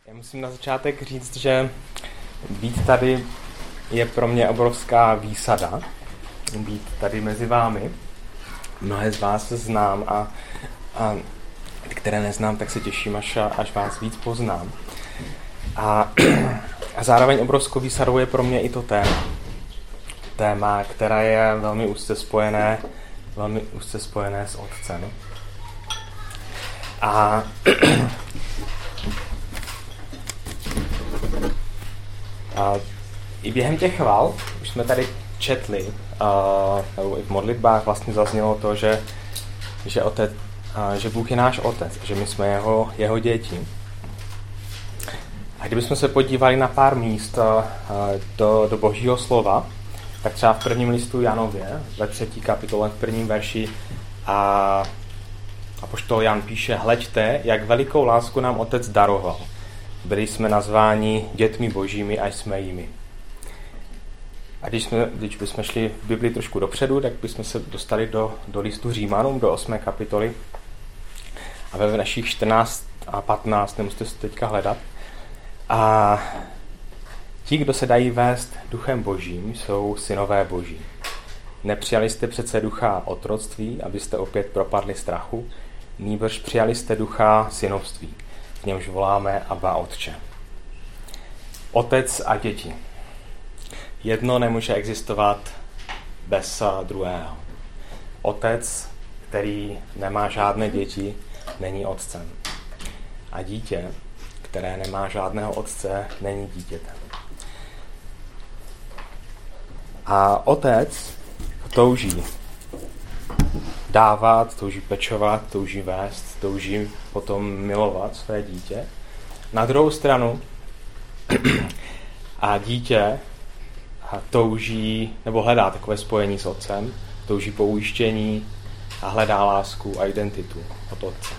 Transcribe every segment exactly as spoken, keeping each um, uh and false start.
Já musím na začátek říct, že být tady je pro mě obrovská výsada. Být tady mezi vámi. Mnohé z vás znám a, a ty, které neznám, tak se těším, až, až vás víc poznám. A, a zároveň obrovskou výsadou je pro mě i to téma. Téma, které je velmi úzce spojené, velmi úzce spojené s Otcem. A A i během těch chval, už jsme tady četli, uh, nebo i v modlitbách vlastně zaznělo to, že, že, otec, uh, že Bůh je náš Otec, že my jsme jeho, jeho děti. A kdybychom se podívali na pár míst uh, do, do Božího slova, tak třeba v prvním listu Janově, ve třetí kapitole, v prvním verši, a apoštol Jan píše: hleďte, jak velikou lásku nám Otec daroval. Byli jsme nazváni dětmi božími a jsme jimi. A když, jsme, když bychom šli v Biblii trošku dopředu, tak bychom se dostali do, do listu Římanům, do osmé kapitoly. A ve verších čtrnáct a patnáct, nemusíte se teďka hledat. A ti, kdo se dají vést duchem božím, jsou synové boží. Nepřijali jste přece ducha otroctví, abyste opět propadli strachu, nýbrž přijali jste ducha synovství, v němž voláme Abba Otče. Otec a děti. Jedno nemůže existovat bez druhého. Otec, který nemá žádné děti, není otcem. A dítě, které nemá žádného otce, není dítětem. A otec touží dávat, touží pečovat, touží vést, touží potom milovat své dítě. Na druhou stranu a dítě touží, nebo hledá takové spojení s otcem, touží po ujištění a hledá lásku a identitu od otce.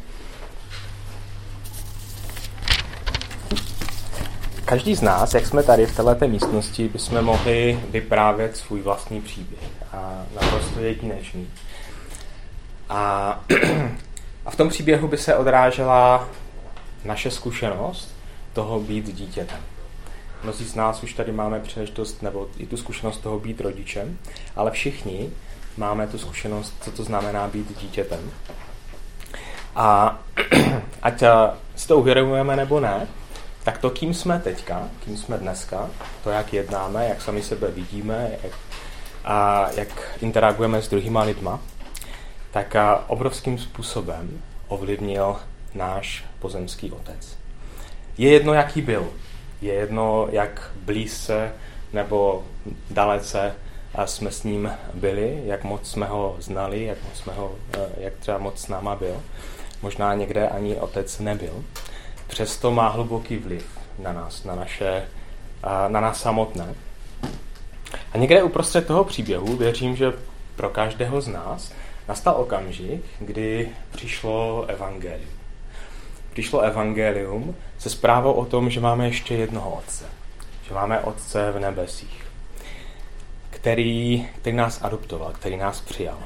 Každý z nás, jak jsme tady v této místnosti, bychom mohli vyprávět svůj vlastní příběh. A naprosto jedinečný. A, a v tom příběhu by se odrážela naše zkušenost toho být dítětem. Mnozí z nás už tady máme příležitost, nebo i tu zkušenost toho být rodičem, ale všichni máme tu zkušenost, co to znamená být dítětem. A ať si to uvědomujeme nebo ne, tak to, kým jsme teďka, kým jsme dneska, to, jak jednáme, jak sami sebe vidíme, jak, a jak interagujeme s druhýma lidma, tak obrovským způsobem ovlivnil náš pozemský otec. Je jedno, jaký byl. Je jedno, jak blízce nebo dalece jsme s ním byli, jak moc jsme ho znali, jak, moc jsme ho, jak třeba moc s náma byl. Možná někde ani otec nebyl. Přesto má hluboký vliv na nás, na, naše, na nás samotné. A někde uprostřed toho příběhu věřím, že pro každého z nás nastal okamžik, kdy přišlo evangelium. Přišlo evangelium se zprávou o tom, že máme ještě jednoho otce. Že máme otce v nebesích, který, který nás adoptoval, který nás přijal.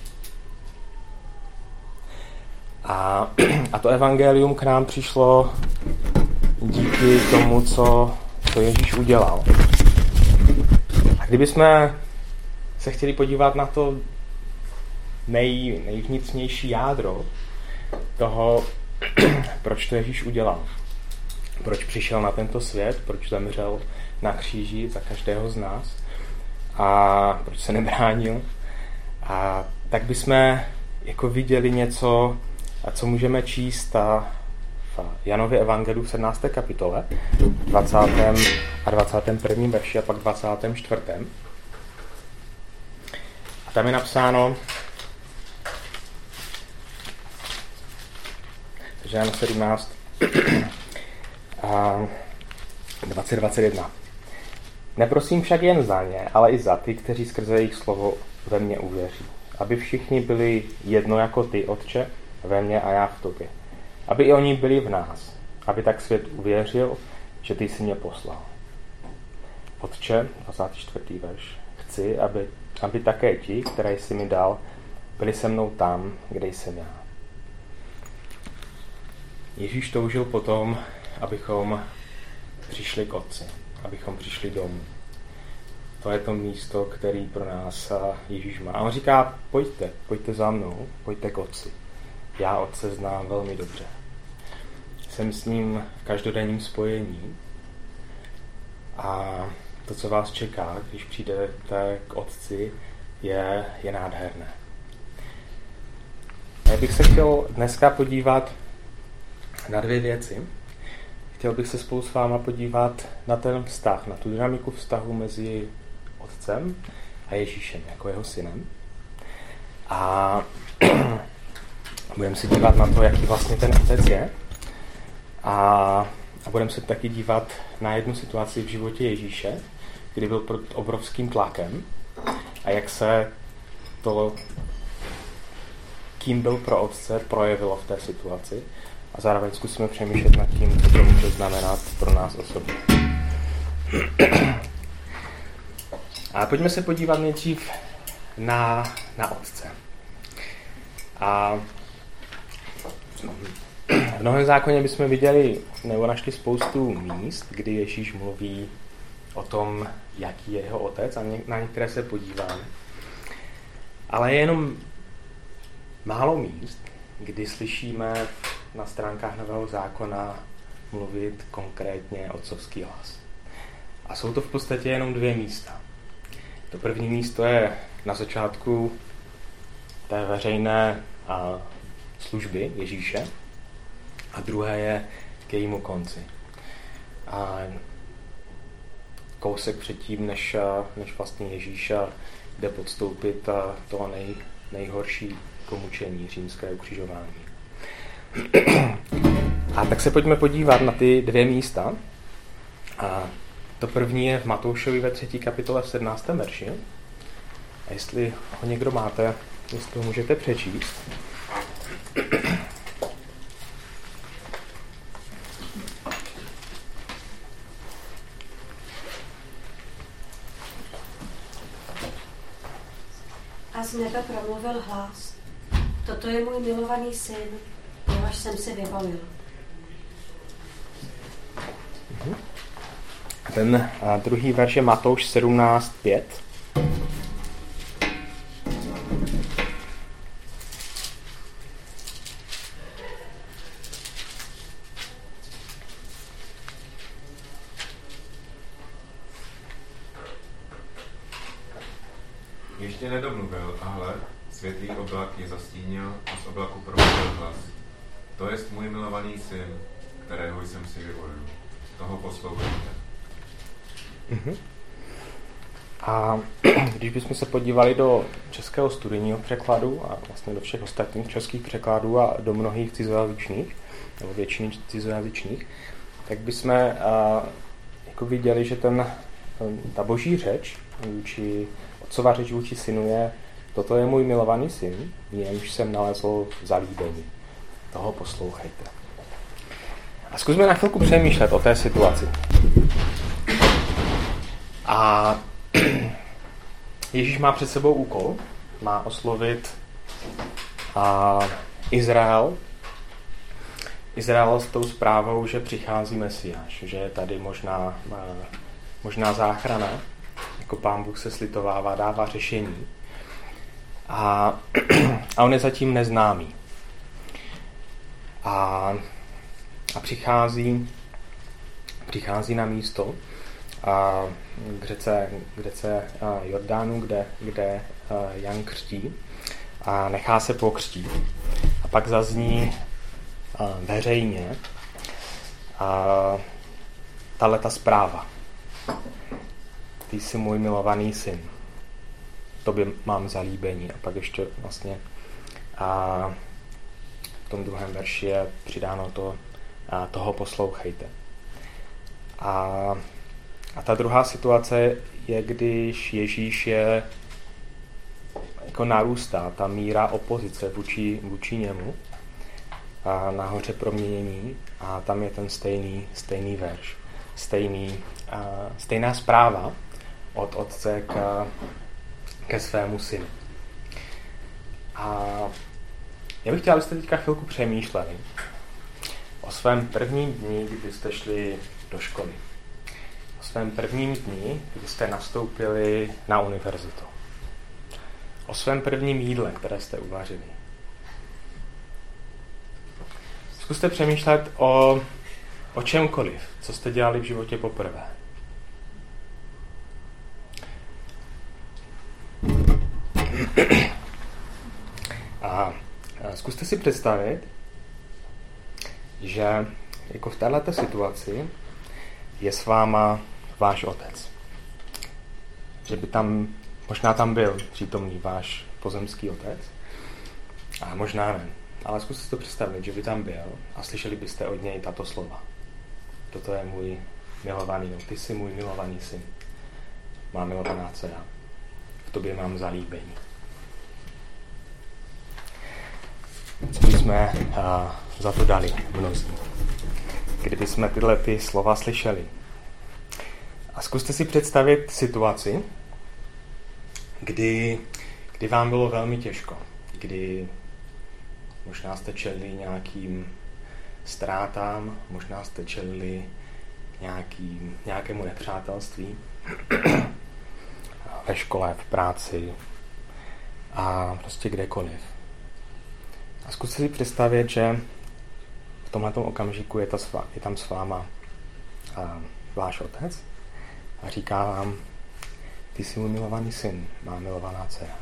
A, a to evangelium k nám přišlo díky tomu, co, co Ježíš udělal. A kdybychom se chtěli podívat na to nej, nejvnitřnější jádro toho, proč to Ježíš udělal, proč přišel na tento svět, proč zemřel na kříži za každého z nás a proč se nebránil, a tak bychom jako viděli něco, a co můžeme číst a v Janově evangeliu v sedmnácté kapitole, dvacátém a dvacátém prvním verši a pak dvacátém čtvrtém A tam je napsáno, že Jan sedmnáct a dvacet dvacet jedna. Neprosím však jen za ně, ale i za ty, kteří skrze jejich slovo ve mně uvěří. Aby všichni byli jedno jako ty, Otče, ve mně a já v tobě. Aby i oni byli v nás. Aby tak svět uvěřil, že ty jsi mě poslal. Otče, dvacátý čtvrtý verš. Chci, aby, aby také ti, které jsi mi dal, byli se mnou tam, kde jsem já. Ježíš toužil potom, abychom přišli k Otci, abychom přišli domů. To je to místo, který pro nás Ježíš má. A on říká, pojďte, pojďte za mnou, pojďte k Otci. Já Otce znám velmi dobře. Jsem s ním v každodenním spojení a to, co vás čeká, když přijdete k Otci, je, je nádherné. Já bych se chtěl dneska podívat na dvě věci. Chtěl bych se spolu s váma podívat na ten vztah, na tu dynamiku vztahu mezi Otcem a Ježíšem, jako jeho synem. A budeme se dívat na to, jaký vlastně ten Otec je. A, a budeme se taky dívat na jednu situaci v životě Ježíše, kdy byl pod obrovským tlakem a jak se to, kým byl pro Otce, projevilo v té situaci. A zároveň zkusíme přemýšlet nad tím, co to může znamenat pro nás osobně. A pojďme se podívat nejdřív na, na Otce. A v Novém zákoně bychom viděli, nebo našli spoustu míst, kdy Ježíš mluví o tom, jaký je jeho Otec, a na některé se podíváme. Ale je jenom málo míst, kdy slyšíme na stránkách Nového zákona mluvit konkrétně otcovský hlas. A jsou to v podstatě jenom dvě místa. To první místo je na začátku té veřejné a, služby Ježíše a druhé je k jejímu konci. A kousek předtím, než, než vlastně Ježíš jde podstoupit to nej, nejhorší mučení, římské ukřižování. A tak se pojďme podívat na ty dvě místa. A to první je v Matoušovi ve třetí kapitole v sedmnáctém verši. A jestli ho někdo máte, jestli ho můžete přečíst. A z nebe promluvil hlas. Toto je můj milovaný syn, jehož jsem si vyvolil. Ten a druhý verš je Matouš sedmnáct pět. Ještě nedomluvil, a hle, světlý oblak je zastínil a z oblaku promluvil hlas. To jest můj milovaný syn, kterého jsem si vyvolil. Toho poslouchejte. Uh-huh. A když bychom se podívali do českého studijního překladu a vlastně do všech ostatních českých překladů a do mnohých cizojazyčných, nebo většiny cizojazyčných, tak bychom uh, jako viděli, že ten, ta boží řeč, vůči, otcova řeč vůči synu je: toto je můj milovaný syn, v němž jsem nalezl zalíbení. Toho poslouchejte. A zkusme na chvilku přemýšlet o té situaci. A Ježíš má před sebou úkol, má oslovit a Izrael. Izrael s tou zprávou, že přichází Mesiáš, že je tady možná, možná záchrana, jako Pán Bůh se slitovává, dává řešení. A, a on je zatím neznámý. A, a přichází, přichází na místo a k řece, k řece Jordánu, kde, kde Jan křtí a nechá se pokřtít. A pak zazní veřejně tahleta zpráva. Ty jsi můj milovaný syn. Tobě mám zalíbení. A pak ještě vlastně a v tom druhém verši je přidáno to, a toho poslouchejte. A, a ta druhá situace je, když Ježíš je jako narůstá ta míra opozice vůči, vůči němu a nahoře proměnění a tam je ten stejný, stejný verš, stejný, a, stejná zpráva od otce k, ke svému synu. A já bych chtěl, abyste teďka chvilku přemýšleli o svém prvním dni, kdy jste šli do školy. O svém prvním dni, kdy jste nastoupili na univerzitu. O svém prvním jídle, které jste uvařili. Zkuste přemýšlet o, o čemkoliv, co jste dělali v životě poprvé. A zkuste si představit, že jako v této situaci je s váma váš otec. Že by tam, možná tam byl přítomný váš pozemský otec, a možná ne. Ale zkuste si to představit, že by tam byl a slyšeli byste od něj tato slova. Toto je můj milovaný, no, ty jsi můj milovaný syn. Má milovaná dcera. V tobě mám zalíbení. Co bychom uh, za to dali mnozí, kdyby jsme tyhle ty slova slyšeli. A zkuste si představit situaci, kdy, kdy vám bylo velmi těžko, kdy možná jste čelili nějakým ztrátám, možná jste čelili nějakým, nějakému nepřátelství ve škole, v práci a prostě kdekoliv. A zkuste si představit, že v tomhletom okamžiku je, to svá, je tam s váma a, váš otec a říká vám, ty jsi můj milovaný syn, má milovaná dcera.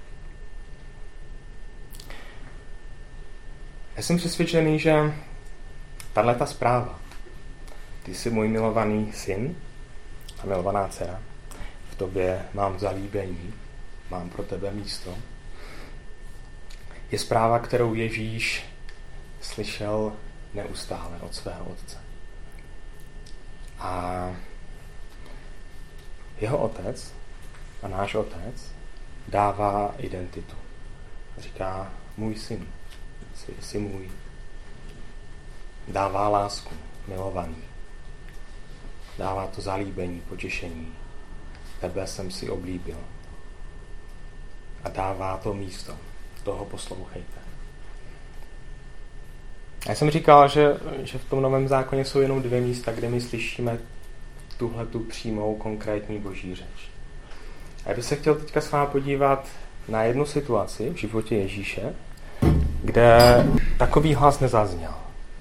Já jsem přesvědčený, že tato zpráva, ty jsi můj milovaný syn a milovaná dcera, v tobě mám zalíbení, mám pro tebe místo, je zpráva, kterou Ježíš slyšel neustále od svého otce. A jeho otec a náš otec dává identitu. Říká, můj syn, jsi, jsi můj. Dává lásku, milovaný. Dává to zalíbení, potěšení. Tebe jsem si oblíbil. A dává to místo. Toho poslouchejte. Já jsem říkal, že, že v tom Novém zákoně jsou jenom dvě místa, kde my slyšíme tuhle tu přímou konkrétní boží řeč. A já bych se chtěl teďka s vámi podívat na jednu situaci v životě Ježíše, kde takový hlas nezazněl.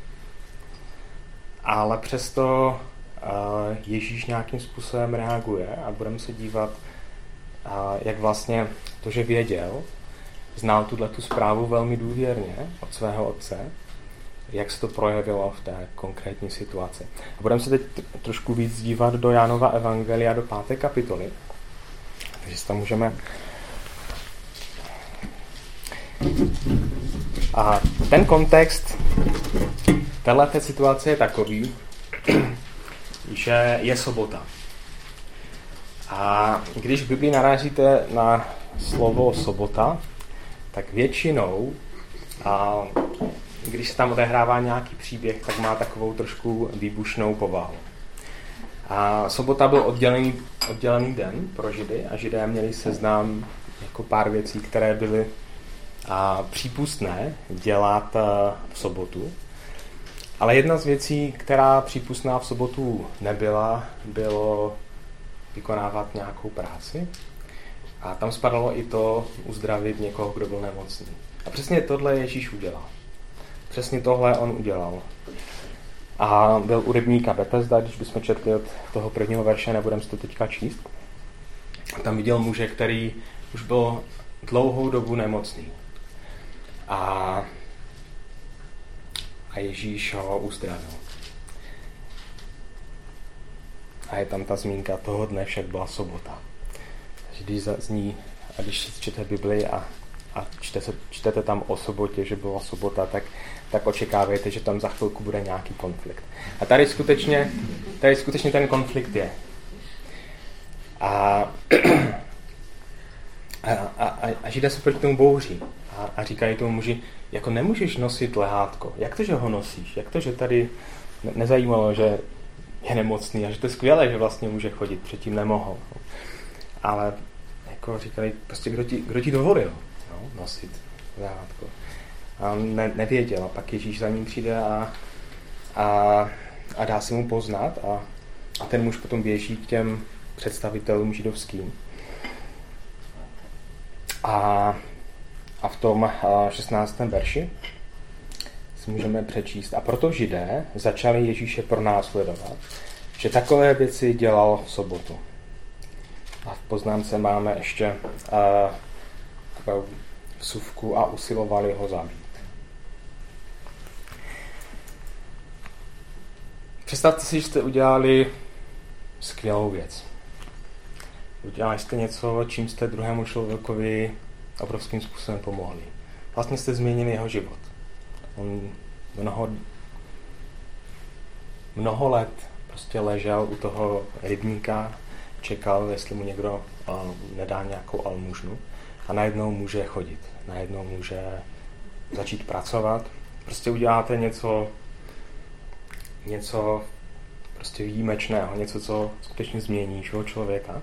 Ale přesto uh, Ježíš nějakým způsobem reaguje a budeme se dívat, uh, jak vlastně to, že věděl, znal tuto zprávu velmi důvěrně od svého otce, jak se to projevilo v té konkrétní situaci. A budeme se teď trošku víc dívat do Jánova evangelia, do páté kapitoly. Takže se tam můžeme... A ten kontext téhleté situace je takový, že je sobota. A když v Biblii narážíte na slovo sobota, tak většinou, a když se tam odehrává nějaký příběh, tak má takovou trošku výbušnou povahu. A sobota byl oddělený, oddělený den pro Židy a Židé měli seznam jako pár věcí, které byly a, přípustné dělat a, v sobotu. Ale jedna z věcí, která přípustná v sobotu nebyla, bylo vykonávat nějakou práci. A tam spadalo i to uzdravit někoho, kdo byl nemocný. A přesně tohle Ježíš udělal. Přesně tohle on udělal. A byl u rybníka Betesda, když bychom četli od toho prvního verše, nebudeme si to teďka číst. A tam viděl muže, který už byl dlouhou dobu nemocný. A, a Ježíš ho uzdravil. A je tam ta zmínka toho dne, však byla sobota. Když zazní, a když čtete Bibli a, a čtete, čtete tam o sobotě, že byla sobota, tak, tak očekávejte, že tam za chvilku bude nějaký konflikt. A tady skutečně, tady skutečně ten konflikt je. A, a, a, a Židé se proti tomu bouří a, a říkají tomu muži, jako nemůžeš nosit lehátko. Jak to, že ho nosíš? Jak to, že tady nezajímalo, že je nemocný a že to je skvělé, že vlastně může chodit, předtím nemohl. Ale jako říkali, prostě kdo ti, kdo ti dovolil no, nosit lehátko. A on ne, nevěděl. A pak Ježíš za ním přijde a, a, a dá se mu poznat a, a ten muž potom běží k těm představitelům židovským. A, a v tom šestnáctém verši si můžeme přečíst. A proto Židé začali Ježíše pronásledovat, že takové věci dělal v sobotu. A v poznámce máme ještě uh, takovou vsuvku a usilovali ho zabít. Představte si, že jste udělali skvělou věc. Udělali jste něco, čím jste druhému člověkovi obrovským způsobem pomohli. Vlastně jste změnili jeho život. On mnoho, mnoho let prostě ležel u toho rybníka, čekal, jestli mu někdo uh, nedá nějakou almužnu a najednou může chodit. Najednou může začít pracovat. Prostě uděláte něco, něco prostě výjimečného, něco, co skutečně změní život člověka.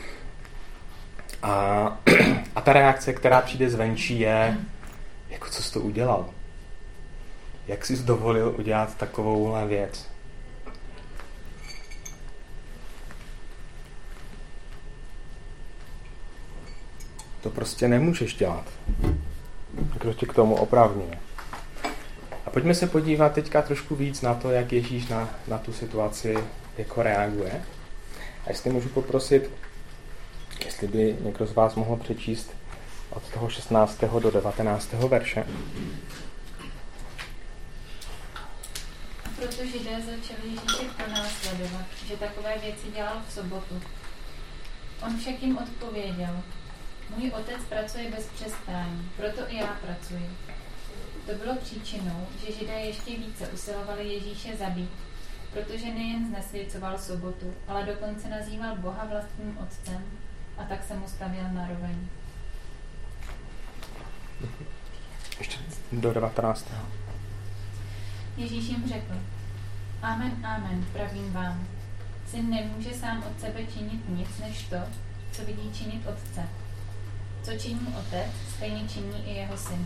A, a ta reakce, která přijde zvenčí, je, jako co jsi to udělal? Jak jsi dovolil udělat takovouhle věc? To prostě nemůžeš dělat. Kdo tě k tomu opravňuje? A pojďme se podívat teďka trošku víc na to, jak Ježíš na, na tu situaci jako reaguje. A jestli můžu poprosit, jestli by někdo z vás mohl přečíst od toho šestnáctého do devatenáctého verše. Proto Židé začali Ježíše pronásledovat, že takové věci dělal v sobotu. On však jim odpověděl: Můj otec pracuje bez přestání, proto i já pracuji. To bylo příčinou, že Židé ještě více usilovali Ježíše zabít, protože nejen znesvěcoval sobotu, ale dokonce nazýval Boha vlastním otcem a tak se mu stavěl na roveň. Ještě do devatenáctého Ježíš jim řekl: Amen, amen, pravím vám. Syn nemůže sám od sebe činit nic než to, co vidí činit otce. Co činí otec, stejně činí i jeho syn.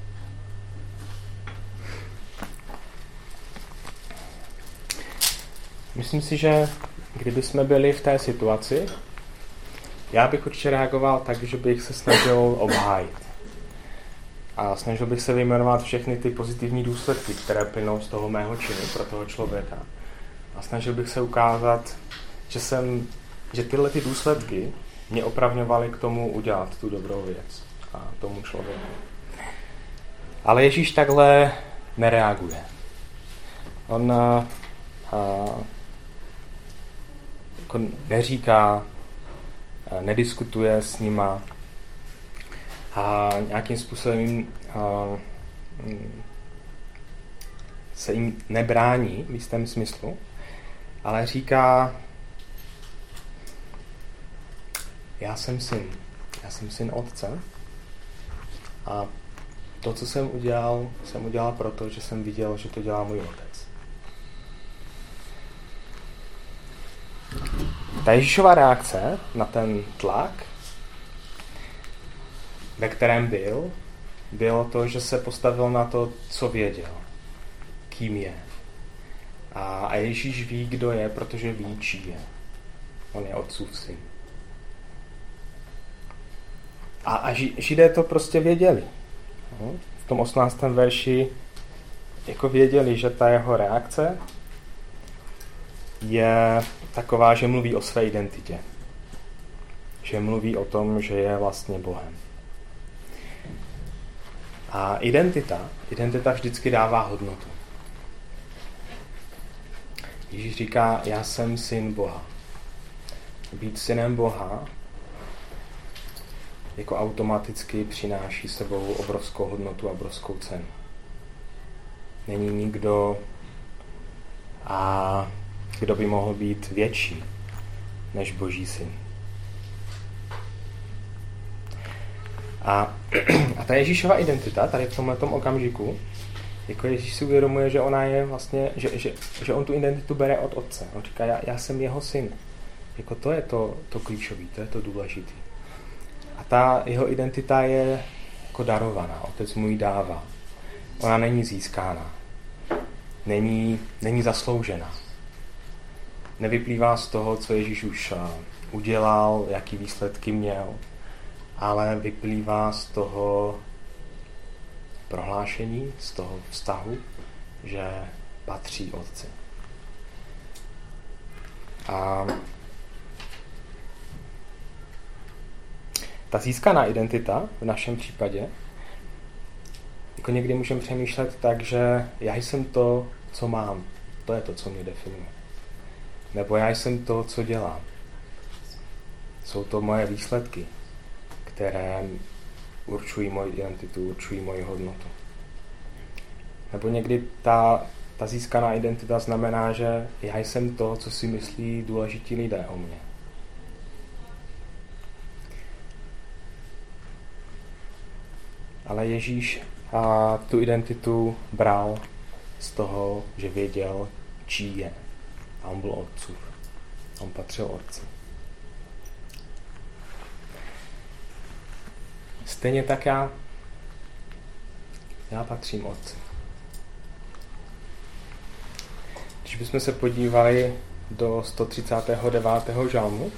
Myslím si, že kdyby jsme byli v té situaci, já bych určitě reagoval tak, že bych se snažil obhájit. A snažil bych se vyjmenovat všechny ty pozitivní důsledky, které plynou z toho mého činu pro toho člověka. A snažil bych se ukázat, že, jsem, že tyhle ty důsledky mě opravňovaly k tomu udělat tu dobrou věc a tomu člověku. Ale Ježíš takhle nereaguje. On a, a, jako neříká, a nediskutuje s nima a nějakým způsobem jim, a, se jim nebrání v jistém smyslu, ale říká: Já jsem syn. Já jsem syn otce. A to, co jsem udělal, jsem udělal proto, že jsem viděl, že to dělá můj otec. Ta Ježíšova reakce na ten tlak, ve kterém byl, bylo to, že se postavil na to, co věděl. Kým je. A, a Ježíš ví, kdo je, protože ví, čí je. On je otcův syn. A, a Židé to prostě věděli. V tom osmnáctém verši jako věděli, že ta jeho reakce je taková, že mluví o své identitě. Že mluví o tom, že je vlastně Bohem. A identita, identita vždycky dává hodnotu. Ježíš říká: já jsem syn Boha. Být synem Boha jako automaticky přináší sebou obrovskou hodnotu a obrovskou cenu. Není nikdo, a kdo by mohl být větší než Boží syn. A, a ta Ježíšova identita tady v tomhletom okamžiku, jako Ježíš si uvědomuje, že ona je vlastně, že, že, že on tu identitu bere od otce. On říká: já, já jsem jeho syn. Jako to je to, to klíčové, to je to důležité. A ta jeho identita je jako darovaná. Otec mu ji dává. Ona není získána. není, není zasloužená. Nevyplývá z toho, co Ježíš už udělal, jaký výsledky měl, ale vyplývá z toho prohlášení, z toho vztahu, že patří Otci. A ta získaná identita v našem případě, jako někdy můžeme přemýšlet tak, že já jsem to, co mám. To je to, co mě definuje. Nebo já jsem to, co dělám. Jsou to moje výsledky, které určují moji identitu, určují moji hodnotu. Nebo někdy ta, ta získaná identita znamená, že já jsem to, co si myslí důležití lidé o mně. Ale Ježíš a tu identitu bral z toho, že věděl, čí je. A on byl Otcův. On patřil Otci. Stejně tak já, já patřím Otci. Když bychom se podívali do sto třicátého devátého žalmu,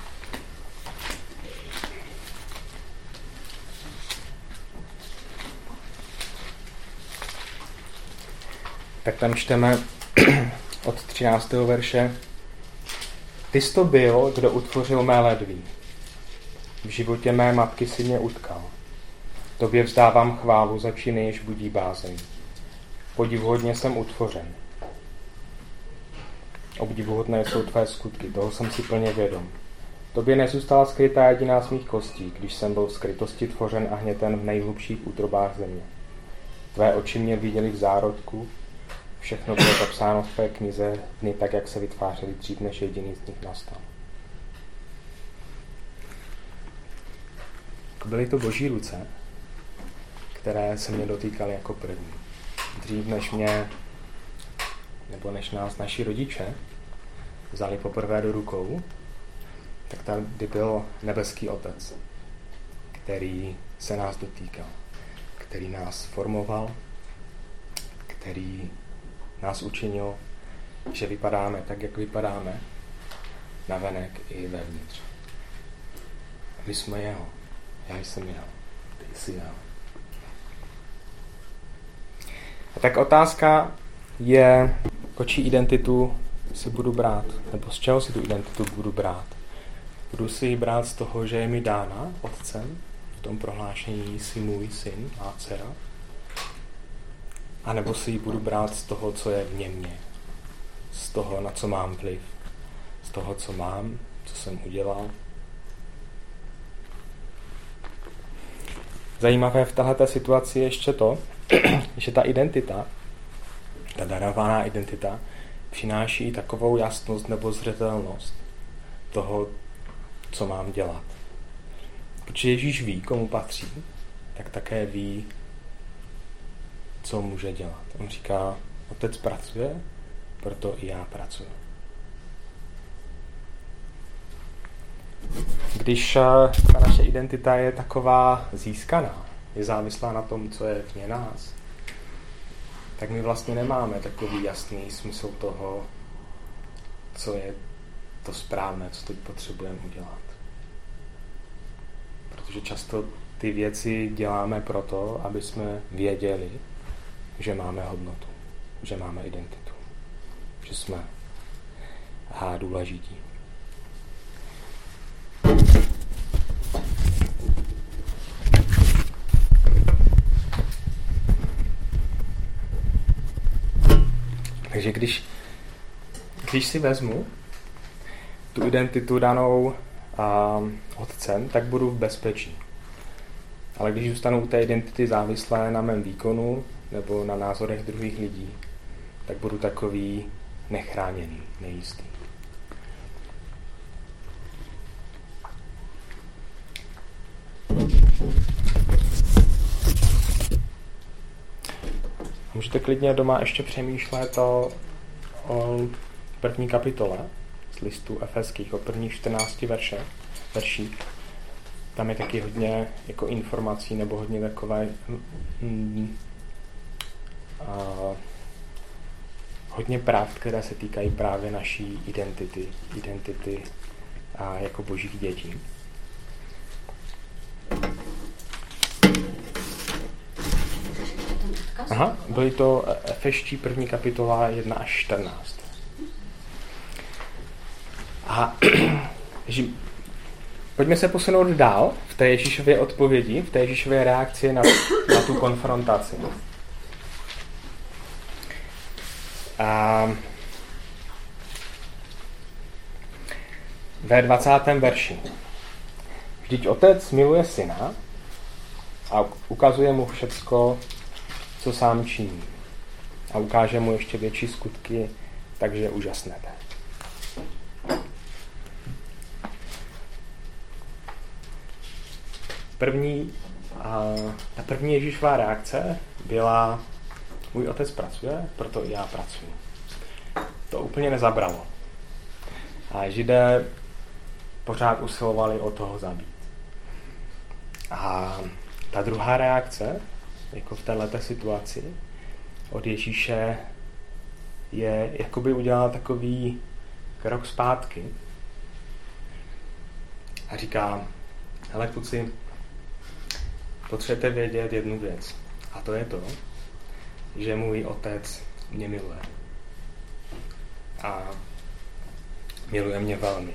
tak tam čteme od třináctého verše. Ty jsi to byl, kdo utvořil mé ledví. V životě mé matky si mě utkal. Tobě vzdávám chválu za činy, jež budí bázeň. Podivuhodně jsem utvořen. Obdivuhodné jsou tvé skutky, toho jsem si plně vědom. Tobě nezůstala skrytá jediná z mých kostí, když jsem byl v skrytosti tvořen a hněten v nejhlubších útrobách země. Tvé oči mě viděly v zárodku, všechno bylo zapsáno v tvé knize, dny tak, jak se vytvářely dřív, než jediný z nich nastal. Byly to boží ruce, které se mě dotýkaly jako první. Dřív, než mě, nebo než nás naši rodiče vzali poprvé do rukou, tak tady byl nebeský Otec, který se nás dotýkal, který nás formoval, který nás učinil, že vypadáme tak, jak vypadáme, navenek i vevnitř. My jsme jeho. Já jsem jeho. Ty jsi jeho. A tak otázka je, kočí identitu si budu brát, nebo z čeho si tu identitu budu brát. Budu si ji brát z toho, že je mi dána Otcem, v tom prohlášení jsi můj syn a dcera, a nebo si ji budu brát z toho, co je vně mě, z toho, na co mám vliv, z toho, co mám, co jsem udělal. Zajímavé v této situaci je ještě to, že ta identita, ta darovaná identita, přináší i takovou jasnost nebo zřetelnost toho, co mám dělat. Protože Ježíš ví, komu patří, tak také ví, co může dělat. On říká, Otec pracuje, proto i já pracuji. Když ta naše identita je taková získaná, je závislá na tom, co je vně nás, tak my vlastně nemáme takový jasný smysl toho, co je to správné, co teď potřebujeme udělat. Protože často ty věci děláme proto, aby jsme věděli, že máme hodnotu, že máme identitu, že jsme a důležití. Takže když, když si vezmu tu identitu danou um, Otcem, tak budu v bezpečí. Ale když zůstanu u té identity závislé na mém výkonu nebo na názorech druhých lidí, tak budu takový nechráněný, nejistý. Můžete klidně doma ještě přemýšlet o, o první kapitole z listu Efeských, o prvních čtrnácti verších. verších. Tam je taky hodně jako informací nebo hodně takové mm, a, hodně pravd, které se týkají právě naší identity, identity a jako božích dětí. Aha, byly to Efeští první kapitola jedna až čtrnáct. A pojďme se posunout dál v té Ježíšově odpovědi, v té Ježíšově reakci na, na tu konfrontaci. A ve dvacátém verši. Vždyť otec miluje syna a ukazuje mu všecko, co sám činí. A ukáže mu ještě větší skutky, takže úžasnete. První, a ta první Ježíšová reakce byla: můj otec pracuje, proto i já pracuji. To úplně nezabralo. A Židé pořád usilovali o toho zabít. A ta druhá reakce, jako v této situaci, od Ježíše je, jakoby udělala takový krok zpátky a říká: hele kluci, potřebujete vědět jednu věc. A to je to, že můj otec mě miluje. A miluje mě velmi.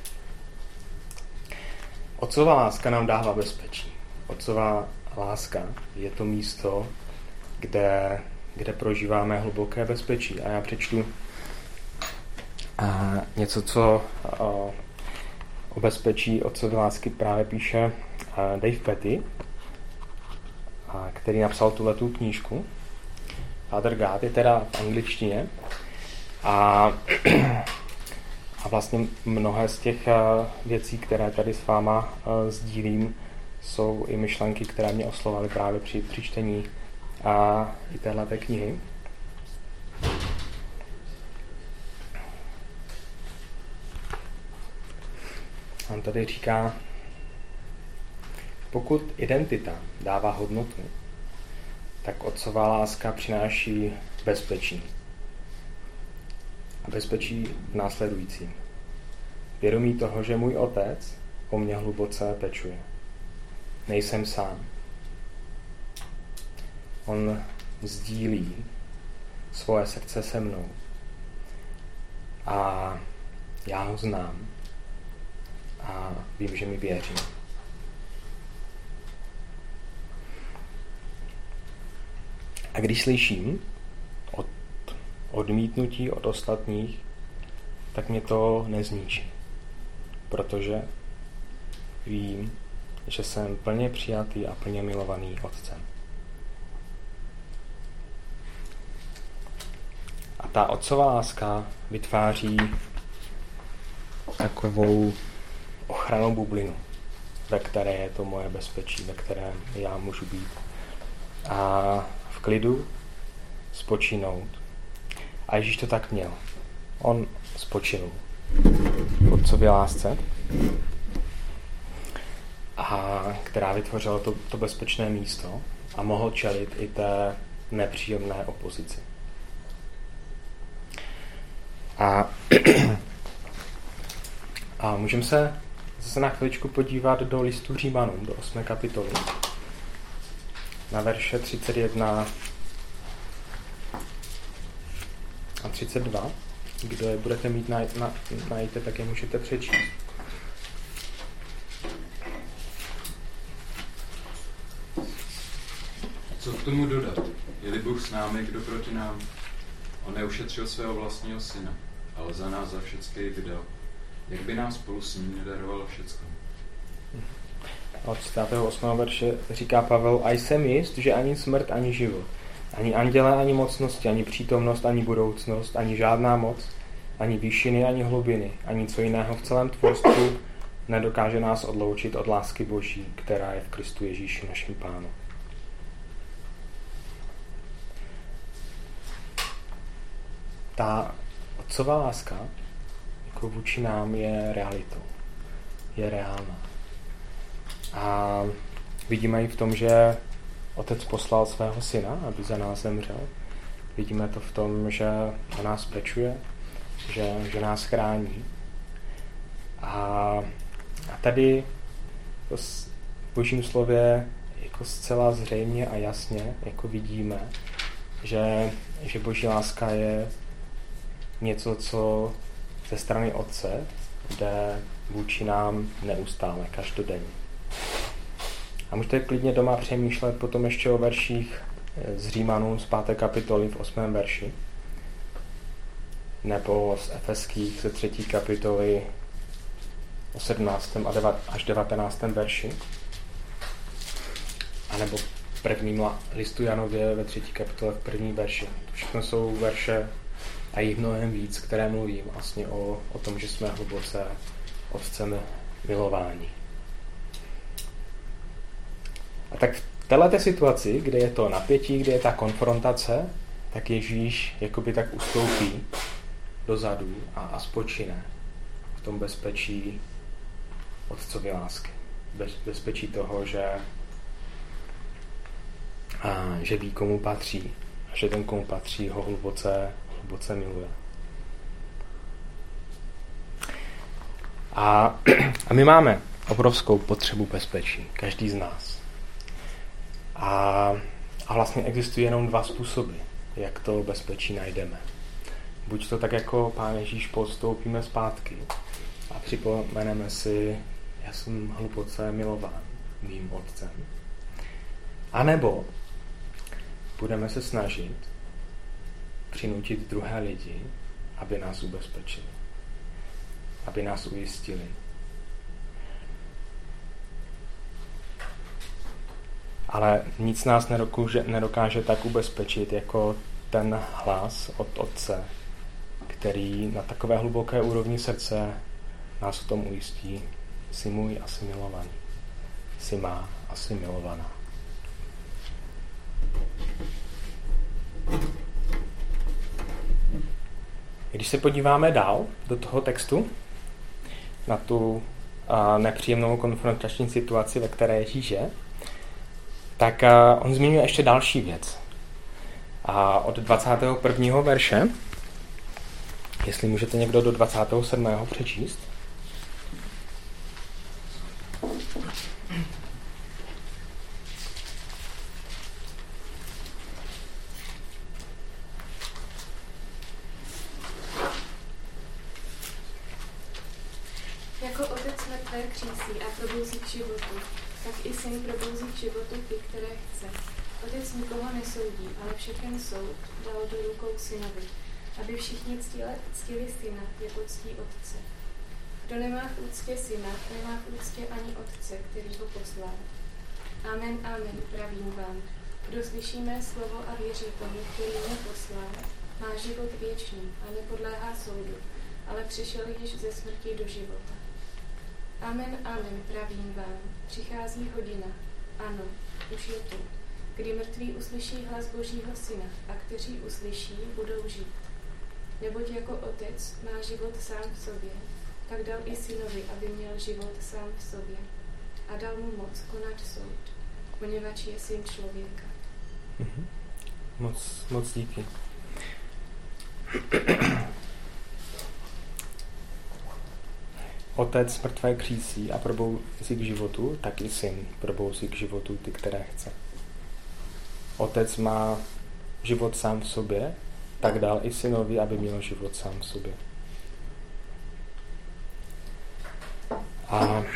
Otcová láska nám dává bezpečí. Otcová láska je to místo, kde, kde prožíváme hluboké bezpečí. A já přečtu a něco, co o, o bezpečí otcové lásky právě píše Dave Petty, a, který napsal tuhletu knížku. Father God je teda v angličtině. A, a vlastně mnohé z těch věcí, které tady s váma sdílím, jsou i myšlenky, které mě oslovaly právě při, při čtení a i téhleté knihy. On tady říká: pokud identita dává hodnotu, tak otcová láska přináší bezpečí. A bezpečí v následujícím. Vědomí toho, že můj otec o mě hluboce pečuje. Nejsem sám. On sdílí svoje srdce se mnou. A já ho znám. A vím, že mi věří. A když slyším od odmítnutí od ostatních, tak mě to nezničí. Protože vím, že jsem plně přijatý a plně milovaný Otcem. A ta otcová láska vytváří takovou ochrannou bublinu, ve které je to moje bezpečí, ve kterém já můžu být. A v klidu spočinout. A Ježíš to tak měl. On spočinul v otcově lásce, a která vytvořila to, to bezpečné místo a mohl čelit i té nepříjemné opozici. A, a můžeme se zase na chviličku podívat do listu Římanům, do osmé kapitoly, na verše třicet jedna a třicet dva. Kdo je budete mít najít, na, najít, tak je můžete přečíst. Co k tomu dodat? Je-li Bůh s námi, kdo proti nám? On neušetřil svého vlastního syna, ale za nás za všecky vydal. Jak by nám spolu s ním nedaroval všecko? Od třicátého osmého verše říká Pavel: a jsem jist, že ani smrt, ani život, ani anděle, ani mocnosti, ani přítomnost, ani budoucnost, ani žádná moc, ani výšiny, ani hlubiny, ani co jiného v celém tvůrstvu nedokáže nás odloučit od lásky Boží, která je v Kristu Ježíši naším Pánu. Ta otcová láska jako vůči nám je realitou. Je reálná. A vidíme ji v tom, že Otec poslal svého syna, aby za nás zemřel, Vidíme to v tom, že o nás pečuje, že, že nás chrání. A, a tady v Božím slově jako zcela zřejmě a jasně jako vidíme, že, že Boží láska je něco, co ze strany Otce jde vůči nám neustále, každodenně. A můžete klidně doma přemýšlet potom ještě o verších z Římanů z páté kapitoly v osmém verši, nebo z Efeských ze třetí kapitoly o sedmnáctém až devatenáctém verši, anebo v prvním listu Janově ve třetí kapitole v první verši. To všechno jsou verše a jich mnohem víc, které mluví vlastně o, o tom, že jsme hluboce Otcem milováni. A tak v této situaci, kde je to napětí, kde je ta konfrontace, tak Ježíš jakoby tak ustoupí dozadu a, a spočine v tom bezpečí Otcovy lásky. Bez, bezpečí toho, že, a, že ví, komu patří a že ten, komu patří, ho hluboce, hluboce miluje. A, a my máme obrovskou potřebu bezpečí, každý z nás. A, a vlastně existují jenom dva způsoby, jak to bezpečí najdeme. Buď to tak jako Pán Ježíš postoupíme zpátky a připomeneme si, já jsem hluboce milován mým Otcem. A nebo budeme se snažit přinutit druhé lidi, aby nás ubezpečili, aby nás ujistili. Ale nic nás nedokáže, nedokáže tak ubezpečit, jako ten hlas od Otce, který na takové hluboké úrovni srdce nás o tom ujistí. Jsi můj a jsi milovaný. Jsi má a jsi milovaná. Když se podíváme dál do toho textu, na tu a, nepříjemnou konfrontační situaci, ve které Ježíš je, tak a, on zmiňuje ještě další věc. A od dvacátého prvního verše, jestli můžete někdo do dvacátého sedmého přečíst. Jako otec mrtvé křísí a probouzí k životu, tak i syn probouzí k životu ty, které chce. Otec nikoho nesoudí, ale všechen soud dal do rukou synovi, aby všichni ctili, ctili syna, jako ctí otce. Kdo nemá v úctě syna, nemá v úctě ani otce, který ho poslal. Amen, amen, pravím vám. Kdo slyší mé slovo a věří tomu, který mě poslal, má život věčný a nepodléhá soudu, ale přišel již ze smrti do života. Amen, amen, pravím vám. Přichází hodina, ano, už je tu, kdy mrtví uslyší hlas Božího syna a kteří uslyší, budou žít. Neboť jako otec má život sám v sobě, tak dal i synovi, aby měl život sám v sobě. A dal mu moc konat soud, poněvadž je syn člověka. Mm-hmm. Moc, moc díky. Otec mrtvé křísí a probouzí k životu, tak i syn probouzí k životu ty, které chce. Otec má život sám v sobě, tak dal i synovi, aby měl život sám v sobě. A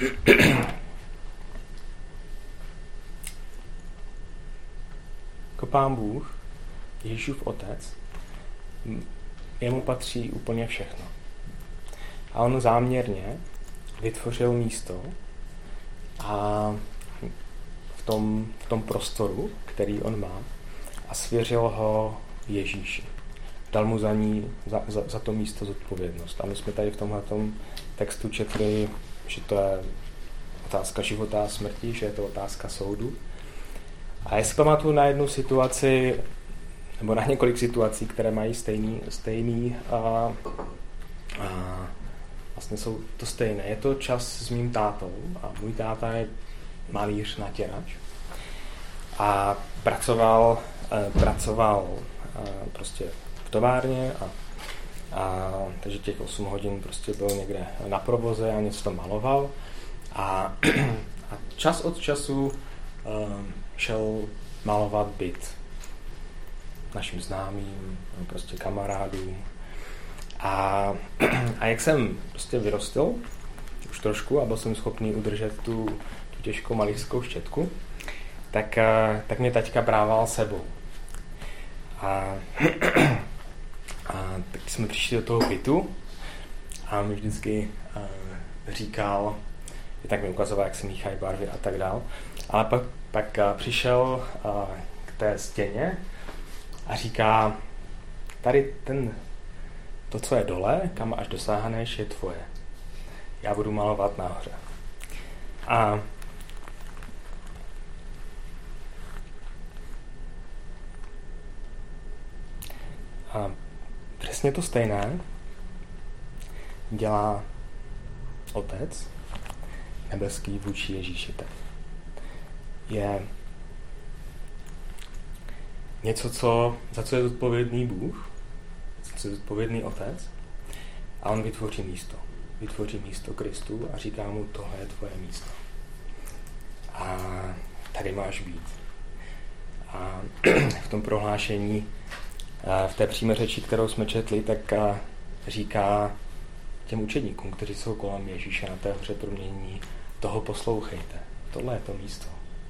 jako Pán Bůh, Ježíšův Otec, jemu patří úplně všechno. A on záměrně vytvořil místo a v tom, v tom prostoru, který on má, a svěřil ho Ježíši. Dal mu za, ní, za, za, za to místo zodpovědnost. A my jsme tady v tomhletom textu četli, že to je otázka života a smrti, že je to otázka soudu. A já si pamatuju na jednu situaci, nebo na několik situací, které mají stejný, stejný a, a vlastně jsou to stejné. Je to čas s mým tátou a můj táta je malíř natěrač a pracoval, pracoval prostě v továrně a, a takže těch osm hodin prostě byl někde na provoze a něco tam maloval a, a čas od času um, šel malovat byt našim známým, prostě kamarádům. A, a jak jsem prostě vyrostl už trošku a byl jsem schopný udržet tu, tu těžkou malířskou štětku, tak, tak mě taťka brával sebou. A, a tak jsme přišli do toho bytu a mi vždycky uh, říkal, tak mi ukazoval, jak se míchají barvy a tak dál. Ale pak, pak uh, přišel uh, k té stěně a říká, tady ten, to, co je dole, kam až dosáhneš, je tvoje. Já budu malovat nahoře. A A přesně to stejné dělá Otec nebeský vůči Ježíšite. Je něco, co, za co je zodpovědný Bůh, za co je zodpovědný Otec, a on vytvoří místo. Vytvoří místo Kristu a říká mu, tohle je tvoje místo. A tady máš být. A v tom prohlášení, v té přímé kterou jsme četli, tak říká těm učedníkům, kteří jsou kolem Ježíše na té hoře proměnění, toho poslouchejte. Tohle je to místo.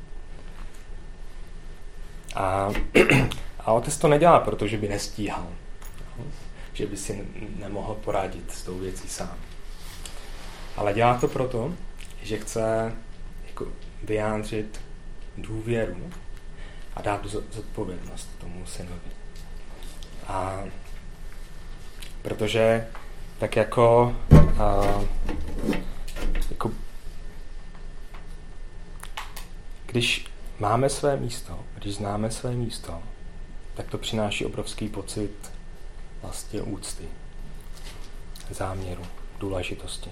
A, a Otec to nedělá, protože by nestíhal. Že by si nemohl poradit s tou věcí sám. Ale dělá to proto, že chce jako vyjádřit důvěru a dát zodpovědnost tomu synovi. A protože tak jako, a, jako když máme své místo, když známe své místo, tak to přináší obrovský pocit vlastně úcty, záměru, důležitosti.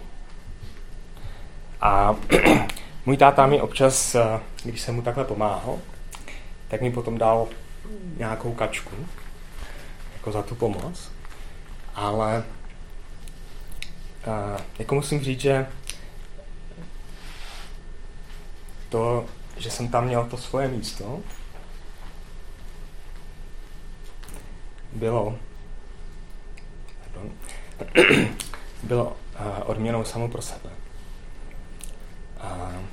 A můj táta mi občas, když jsem mu takhle pomáhal, tak mi potom dal nějakou kačku, jako za tu pomoc, ale uh, jako musím říct, že to, že jsem tam měl to svoje místo, bylo pardon, bylo uh, odměnou samo pro sebe. Uh,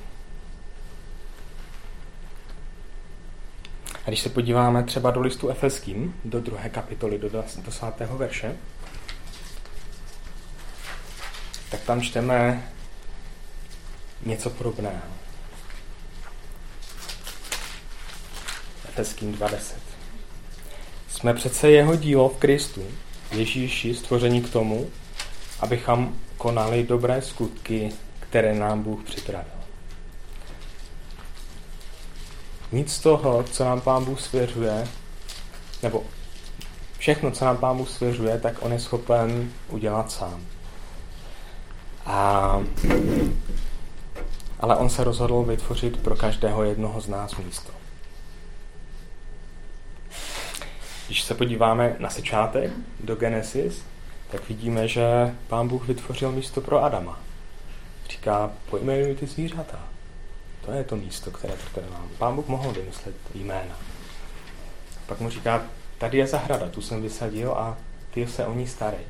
A když se podíváme třeba do listu Efeským, do druhé kapitoly, do desátého verše, tak tam čteme něco podobného. Efeským dva deset. Jsme přece jeho dílo v Kristu, Ježíši, stvoření k tomu, abychom konali dobré skutky, které nám Bůh připravil. Nic z toho, co nám Pán Bůh svěřuje, nebo všechno, co nám Pán Bůh svěřuje, tak on je schopen udělat sám. A, ale on se rozhodl vytvořit pro každého jednoho z nás místo. Když se podíváme na začátek do Genesis, tak vidíme, že Pán Bůh vytvořil místo pro Adama. Říká, pojmenuj ty zvířata. To je to místo, které tady mám. Pán Bůh mohl vymyslet jména. Pak mu říká, tady je zahrada, tu jsem vysadil a ty se o ní starej.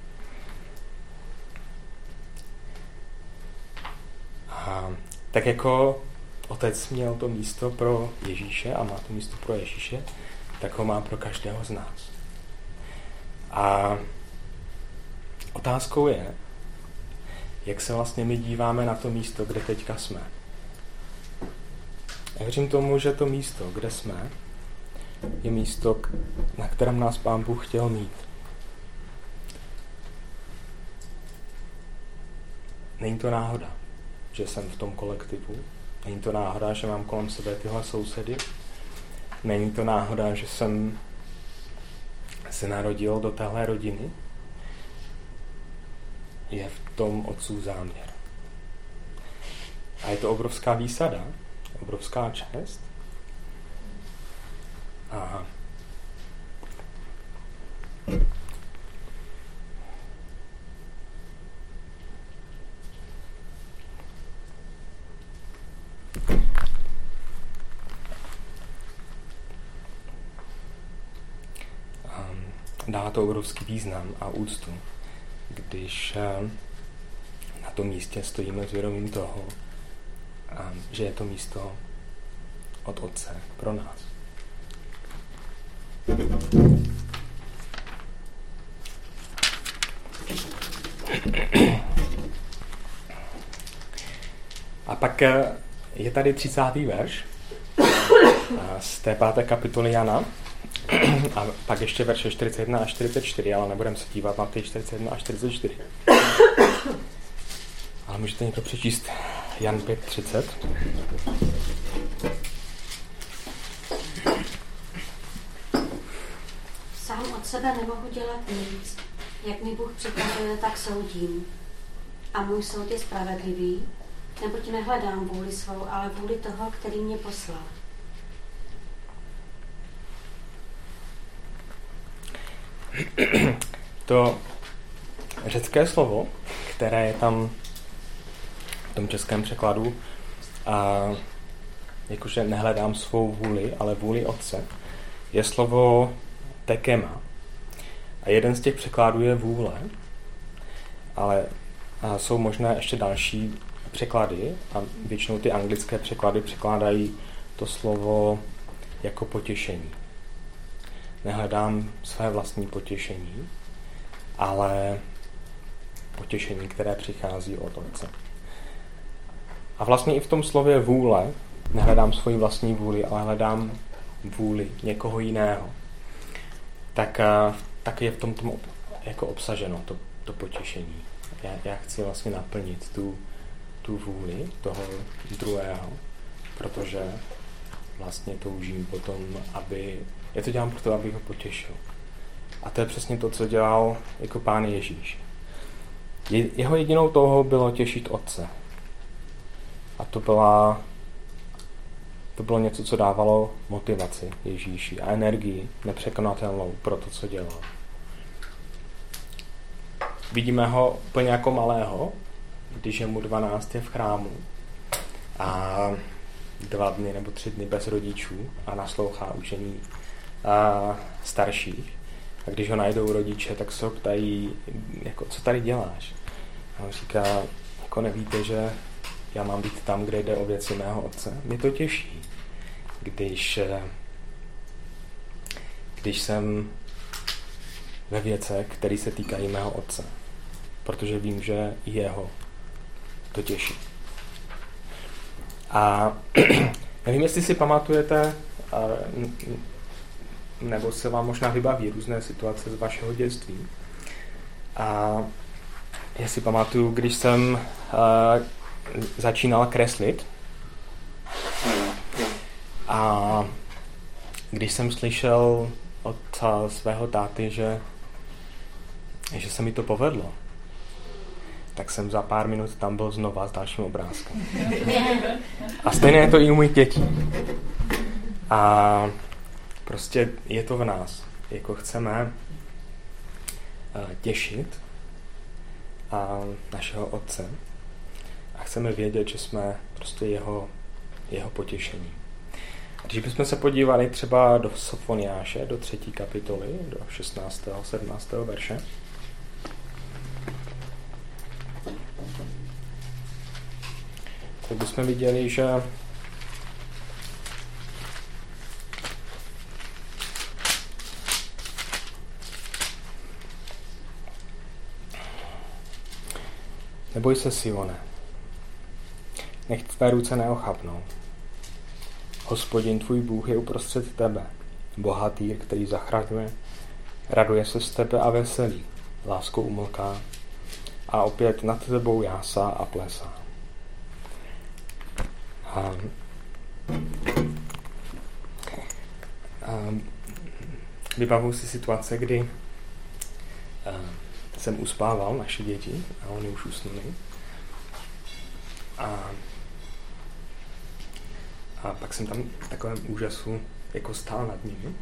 A tak jako Otec měl to místo pro Ježíše a má to místo pro Ježíše, tak ho má pro každého z nás. A otázkou je, jak se vlastně my díváme na to místo, kde teďka jsme. Já věřím tomu, že to místo, kde jsme, je místo, na kterém nás Pán Bůh chtěl mít. Není to náhoda, že jsem v tom kolektivu. Není to náhoda, že mám kolem sebe tyhle sousedy. Není to náhoda, že jsem se narodil do téhle rodiny. Je v tom Otcův záměr. A je to obrovská výsada, obrovská čest. A dává to obrovský význam a úctu, když na tom místě stojíme s vědomím toho, že je to místo od Otce pro nás. A pak je tady třicátý verš z té páté kapitoly Jana a pak ještě verše čtyřicet jedna a čtyřicet čtyři, ale nebudeme se dívat na ty čtyřicet jedna a čtyřicet čtyři. Ale můžete někdo přečíst Jan pět třicet. Sám od sebe nemohu dělat nic. Jak mi Bůh přikazuje, tak soudím. A můj soud je spravedlivý, neboť nehledám vůli svou, ale vůli toho, který mě poslal. To řecké slovo, které je tam v tom českém překladu, a jakože nehledám svou vůli, ale vůli Otce, je slovo tekema. A jeden z těch překladů je vůle, ale a jsou možné ještě další překlady a většinou ty anglické překlady překládají to slovo jako potěšení. Nehledám své vlastní potěšení, ale potěšení, které přichází od Otce. A vlastně i v tom slově vůle nehledám svoji vlastní vůli, ale hledám vůli někoho jiného. Tak, tak je v tom tomu jako obsaženo to, to potěšení. Já, já chci vlastně naplnit tu, tu vůli toho druhého, protože vlastně toužím potom, aby... Já to dělám proto, abych ho potěšil. A to je přesně to, co dělal jako Pán Ježíš. Je, jeho jedinou touhou bylo těšit Otce. A to byla... To bylo něco, co dávalo motivaci Ježíši a energii nepřekonatelnou pro to, co dělal. Vidíme ho úplně jako malého, když je mu dvanáct, je v chrámu a dva dny nebo tři dny bez rodičů a naslouchá učení a starších. A když ho najdou rodiče, tak se ho ptají, jako, co tady děláš? A on říká, jako nevíte, že já mám být tam, kde jde o věci mého Otce. Mě to těší, když, když jsem ve věcech, které se týkají mého Otce. Protože vím, že jeho to těší. A nevím, jestli si pamatujete, nebo se vám možná vybaví různé situace z vašeho dětství. A já si pamatuju, když jsem začínal kreslit a když jsem slyšel od svého táty, že, že se mi to povedlo, tak jsem za pár minut tam byl znova s dalším obrázkem. A stejně je to i u mých dětí. A prostě je to v nás. Jako chceme těšit a našeho Otce a chceme vědět, že jsme prostě jeho, jeho potěšení. A když bychom se podívali třeba do Sofoniáše, do třetí kapitoly, do šestnáctého sedmnáctého verše, tak bychom viděli, že neboj se, Sione, nech tvé ruce neochabnou. Hospodin tvůj Bůh je uprostřed tebe, bohatýr, který zachraňuje, raduje se z tebe a veselí, láskou umlká a opět nad tebou jásá a plesá. A, a vybavuji si situace, kdy a, jsem uspával naše děti a oni už usnuli. A, a pak jsem tam v takovém úžasu jako stál nad nimi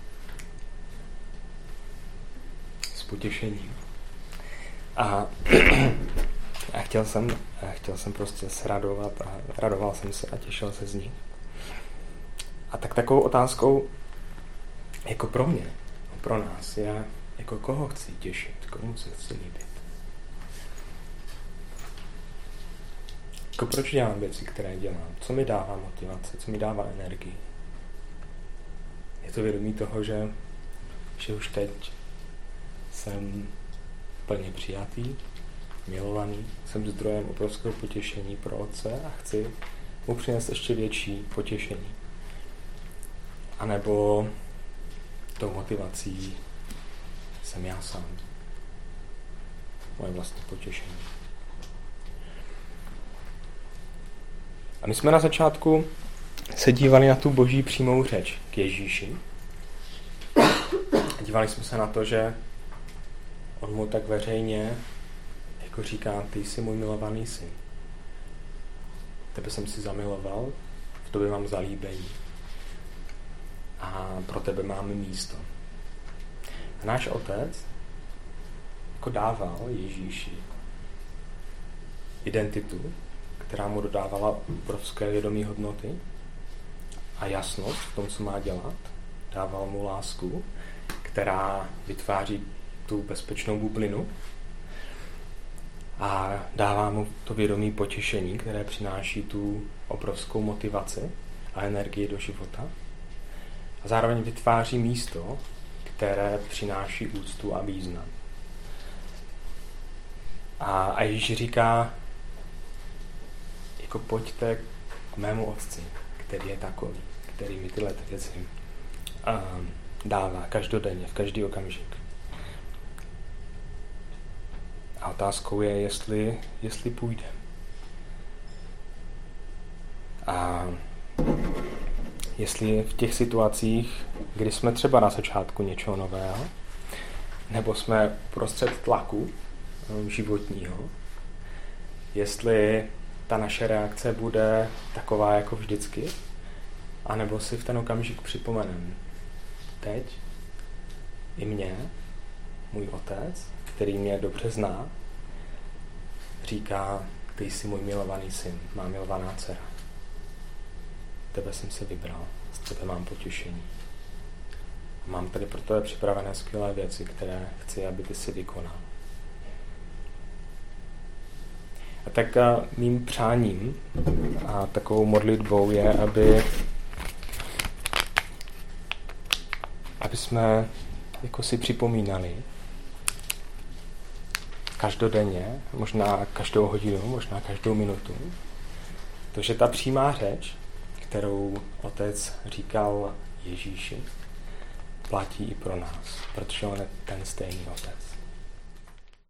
s potěšením. A, a chtěl jsem, a chtěl jsem prostě se radovat a radoval jsem se a těšil se z nich. A tak takovou otázkou jako pro mě, pro nás je, Jako koho chci těšit, komu se chci líbit. Jako proč dělám věci, které dělám? Co mi dává motivace, co mi dává energii? Je to vědomí toho, že, že už teď jsem plně přijatý, milovaný, jsem zdrojem obrovského potěšení pro Otce a chci mu přinést ještě větší potěšení. A nebo tou motivací jsem já sám. Moje vlastní potěšení. A my jsme na začátku se dívali na tu boží přímou řeč k Ježíši. A dívali jsme se na to, že on mu tak veřejně jako říká, ty jsi můj milovaný syn. Tebe jsem si zamiloval, v tobě mám zalíbení. A pro tebe máme místo. A náš Otec jako dával Ježíši identitu, která mu dodávala obrovské vědomí hodnoty a jasnost v tom, co má dělat. Dával mu lásku, která vytváří tu bezpečnou bublinu a dává mu to vědomí potěšení, které přináší tu obrovskou motivaci a energii do života. A zároveň vytváří místo, které přináší úctu a význam. A, a Ježíš říká, jako pojďte k mému Otci, který je takový, který mi tyhle věci um, dává každodenně, v každý okamžik. A otázkou je, jestli, jestli půjde. A jestli v těch situacích, kdy jsme třeba na začátku něčeho nového, nebo jsme prostřed tlaku životního, jestli ta naše reakce bude taková jako vždycky, anebo si v ten okamžik připomeneme. Teď i mě, můj Otec, který mě dobře zná, říká, ty jsi můj milovaný syn, má milovaná dcera. Tebe jsem se vybral, z tebe mám potěšení. A mám tady pro tebe připravené skvělé věci, které chci, aby ty si vykonal. A tak a mým přáním a takovou modlitbou je, aby, aby jsme jako si připomínali každodenně, možná každou hodinu, možná každou minutu, to, že ta přímá řeč, kterou Otec říkal Ježíši, platí i pro nás, protože on je ten stejný Otec.